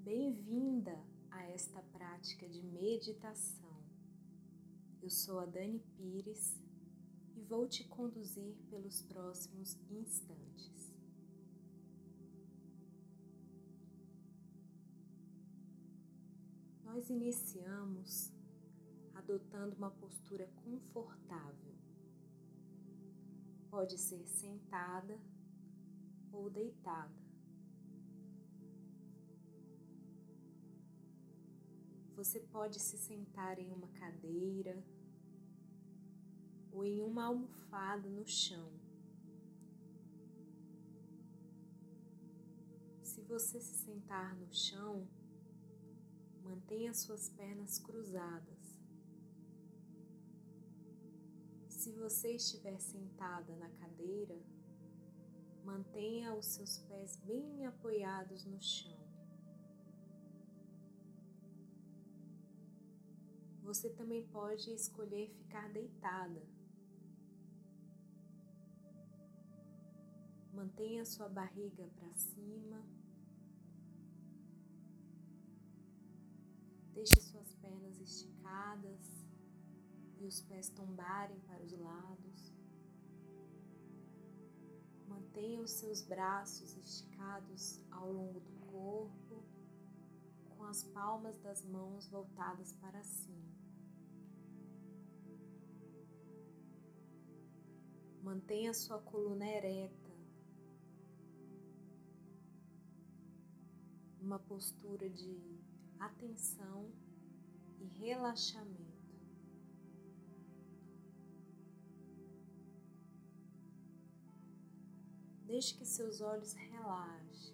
Bem-vinda a esta prática de meditação. Eu sou a Dani Pires e vou te conduzir pelos próximos instantes. Nós iniciamos adotando uma postura confortável. Pode ser sentada ou deitada. Você pode se sentar em uma cadeira ou em uma almofada no chão. Se você se sentar no chão, mantenha suas pernas cruzadas. E se você estiver sentada na cadeira, mantenha os seus pés bem apoiados no chão. Você também pode escolher ficar deitada. Mantenha sua barriga para cima. Deixe suas pernas esticadas e os pés tombarem para os lados. Mantenha os seus braços esticados ao longo do corpo, com as palmas das mãos voltadas para cima. Mantenha sua coluna ereta, uma postura de atenção e relaxamento. Deixe que seus olhos relaxem.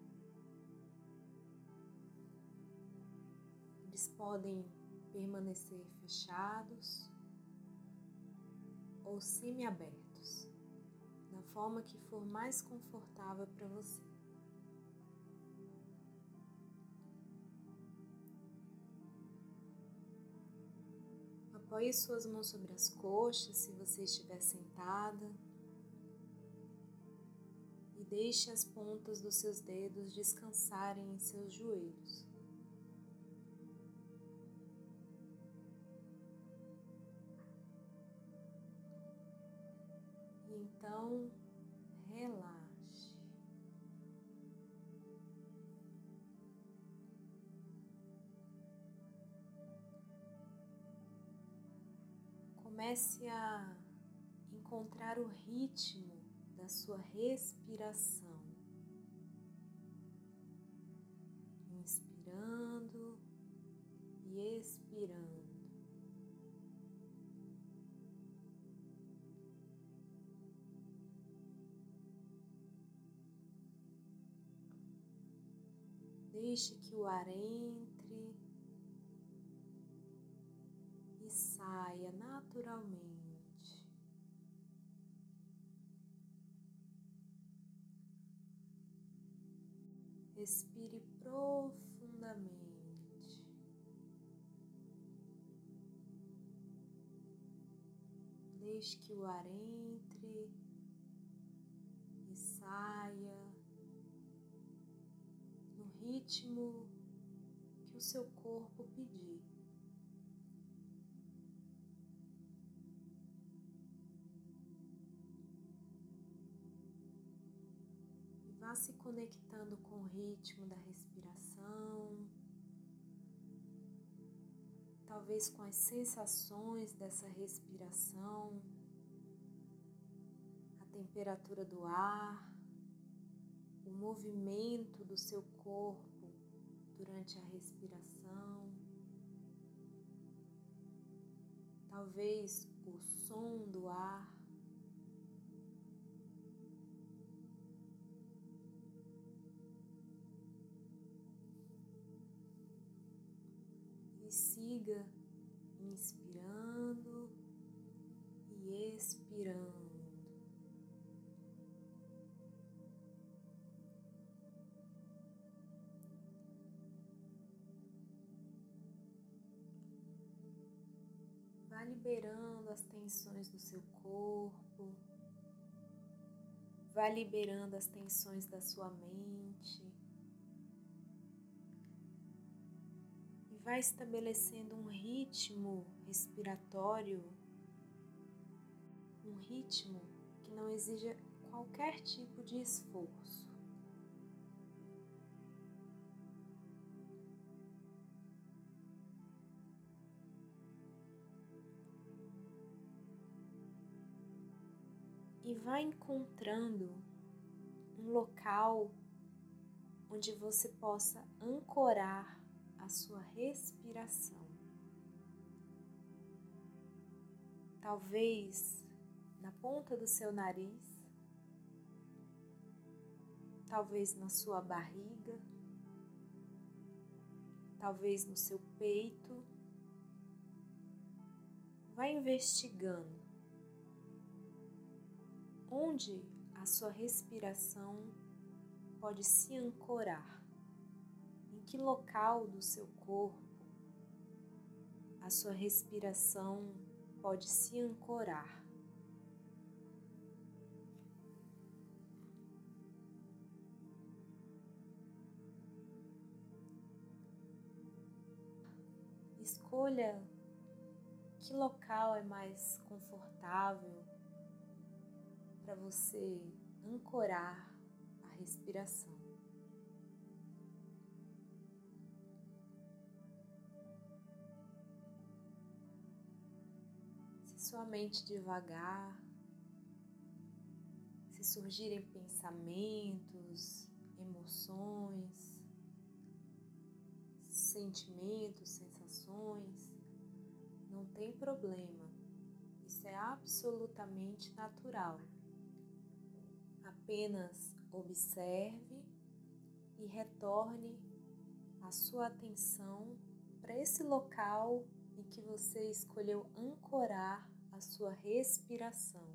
Eles podem permanecer fechados ou semiabertos, da forma que for mais confortável para você. Apoie suas mãos sobre as coxas se você estiver sentada e deixe as pontas dos seus dedos descansarem em seus joelhos. E então, relaxe. Comece a encontrar o ritmo da sua respiração. Inspirando e expirando. Deixe que o ar entre e saia naturalmente. Respire profundamente. Deixe que o ar entre e saia no ritmo que o seu corpo pedir. Vá se conectando com o ritmo da respiração, talvez com as sensações dessa respiração, a temperatura do ar, o movimento do seu corpo durante a respiração, talvez o som do ar. E siga inspirando e expirando. Vá liberando as tensões do seu corpo, vá liberando as tensões da sua mente. vai estabelecendo um ritmo respiratório, um ritmo que não exija qualquer tipo de esforço. E vai encontrando um local onde você possa ancorar a sua respiração. Talvez na ponta do seu nariz, talvez na sua barriga, talvez no seu peito. Vai investigando onde a sua respiração pode se ancorar, em que local do seu corpo a sua respiração pode se ancorar. Escolha que local é mais confortável para você ancorar a respiração. Se sua mente devagar, se surgirem pensamentos, emoções, sentimentos, sensações, não tem problema. Isso é absolutamente natural. Apenas observe e retorne a sua atenção para esse local em que você escolheu ancorar a sua respiração.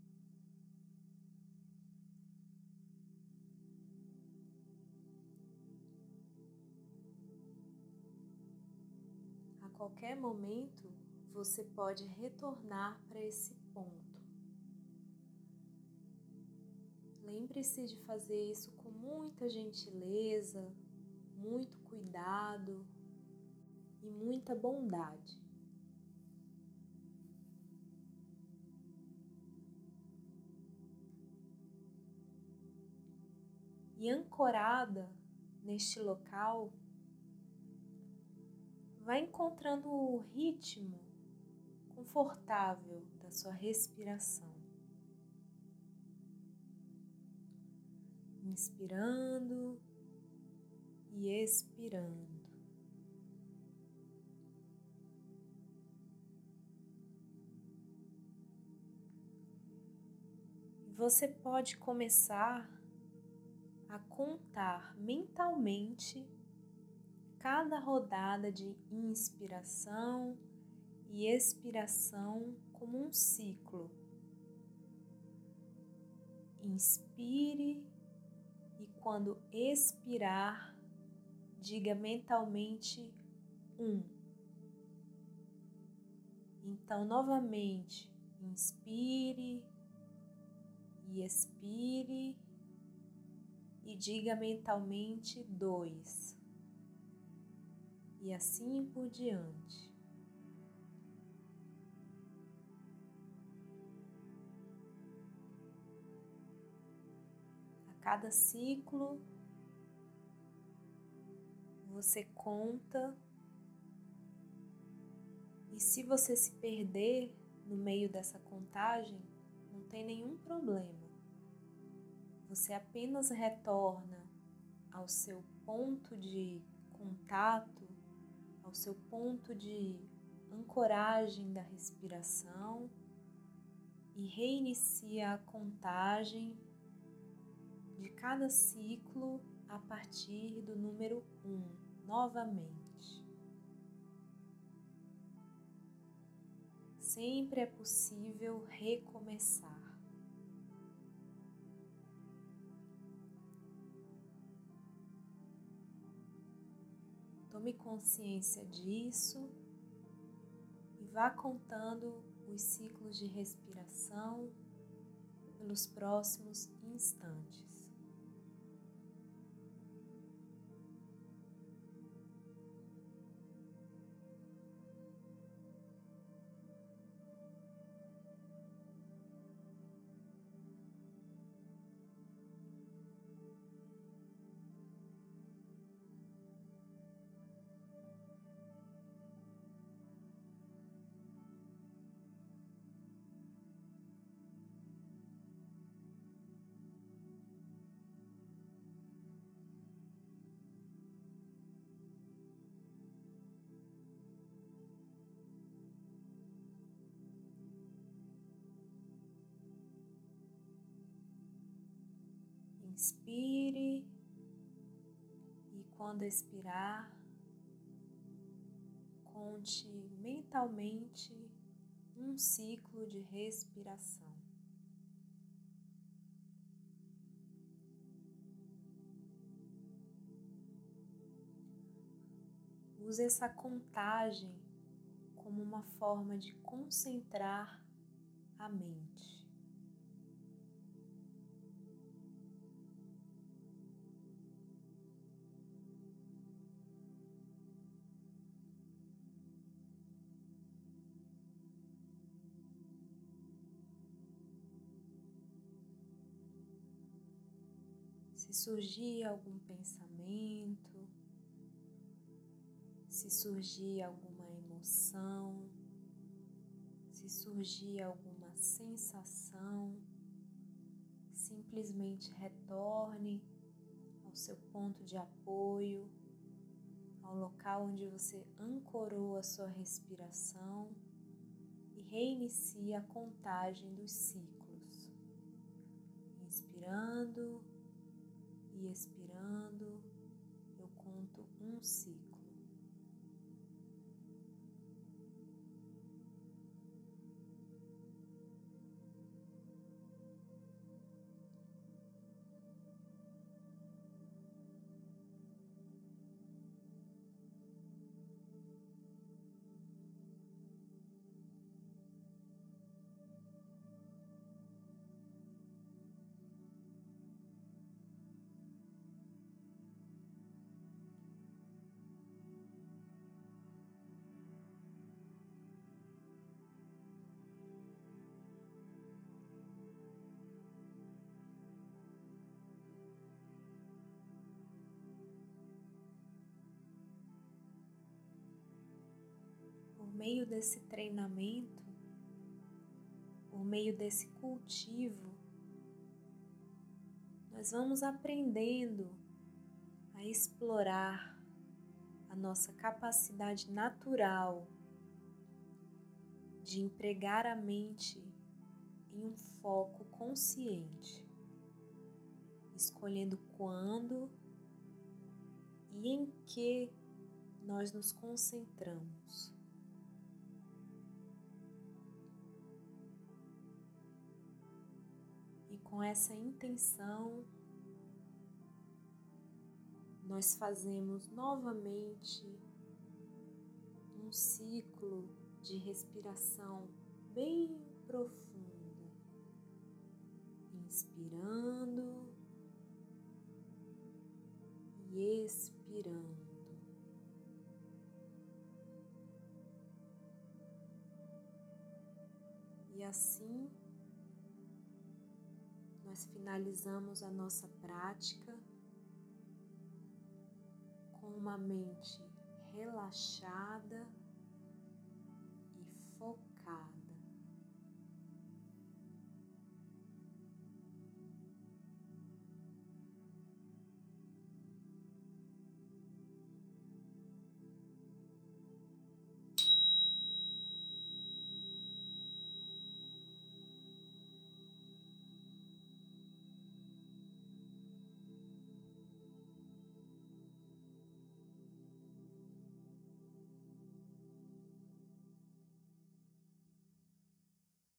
A qualquer momento, você pode retornar para esse ponto. Lembre-se de fazer isso com muita gentileza, muito cuidado e muita bondade. E ancorada neste local, vai encontrando o ritmo confortável da sua respiração. Inspirando e expirando. Você pode começar a contar mentalmente cada rodada de inspiração e expiração como um ciclo. Inspire e quando expirar, diga mentalmente 1. Então, novamente, inspire e expire e diga mentalmente 2. E assim por diante. A cada ciclo, você conta, e se você se perder no meio dessa contagem, não tem nenhum problema. Você apenas retorna ao seu ponto de contato, ao seu ponto de ancoragem da respiração e reinicia a contagem de cada ciclo a partir do número 1, novamente. Sempre é possível recomeçar. Tome consciência disso e vá contando os ciclos de respiração pelos próximos instantes. Inspire e, quando expirar, conte mentalmente um ciclo de respiração. Use essa contagem como uma forma de concentrar a mente. Se surgir algum pensamento, se surgir alguma emoção, se surgir alguma sensação, simplesmente retorne ao seu ponto de apoio, ao local onde você ancorou a sua respiração e reinicie a contagem dos ciclos. Inspirando e expirando, eu conto um ciclo. Por meio desse treinamento, por meio desse cultivo, nós vamos aprendendo a explorar a nossa capacidade natural de empregar a mente em um foco consciente, escolhendo quando e em que nós nos concentramos. E com essa intenção, nós fazemos novamente um ciclo de respiração bem profunda, inspirando e expirando. E assim, nós finalizamos a nossa prática com uma mente relaxada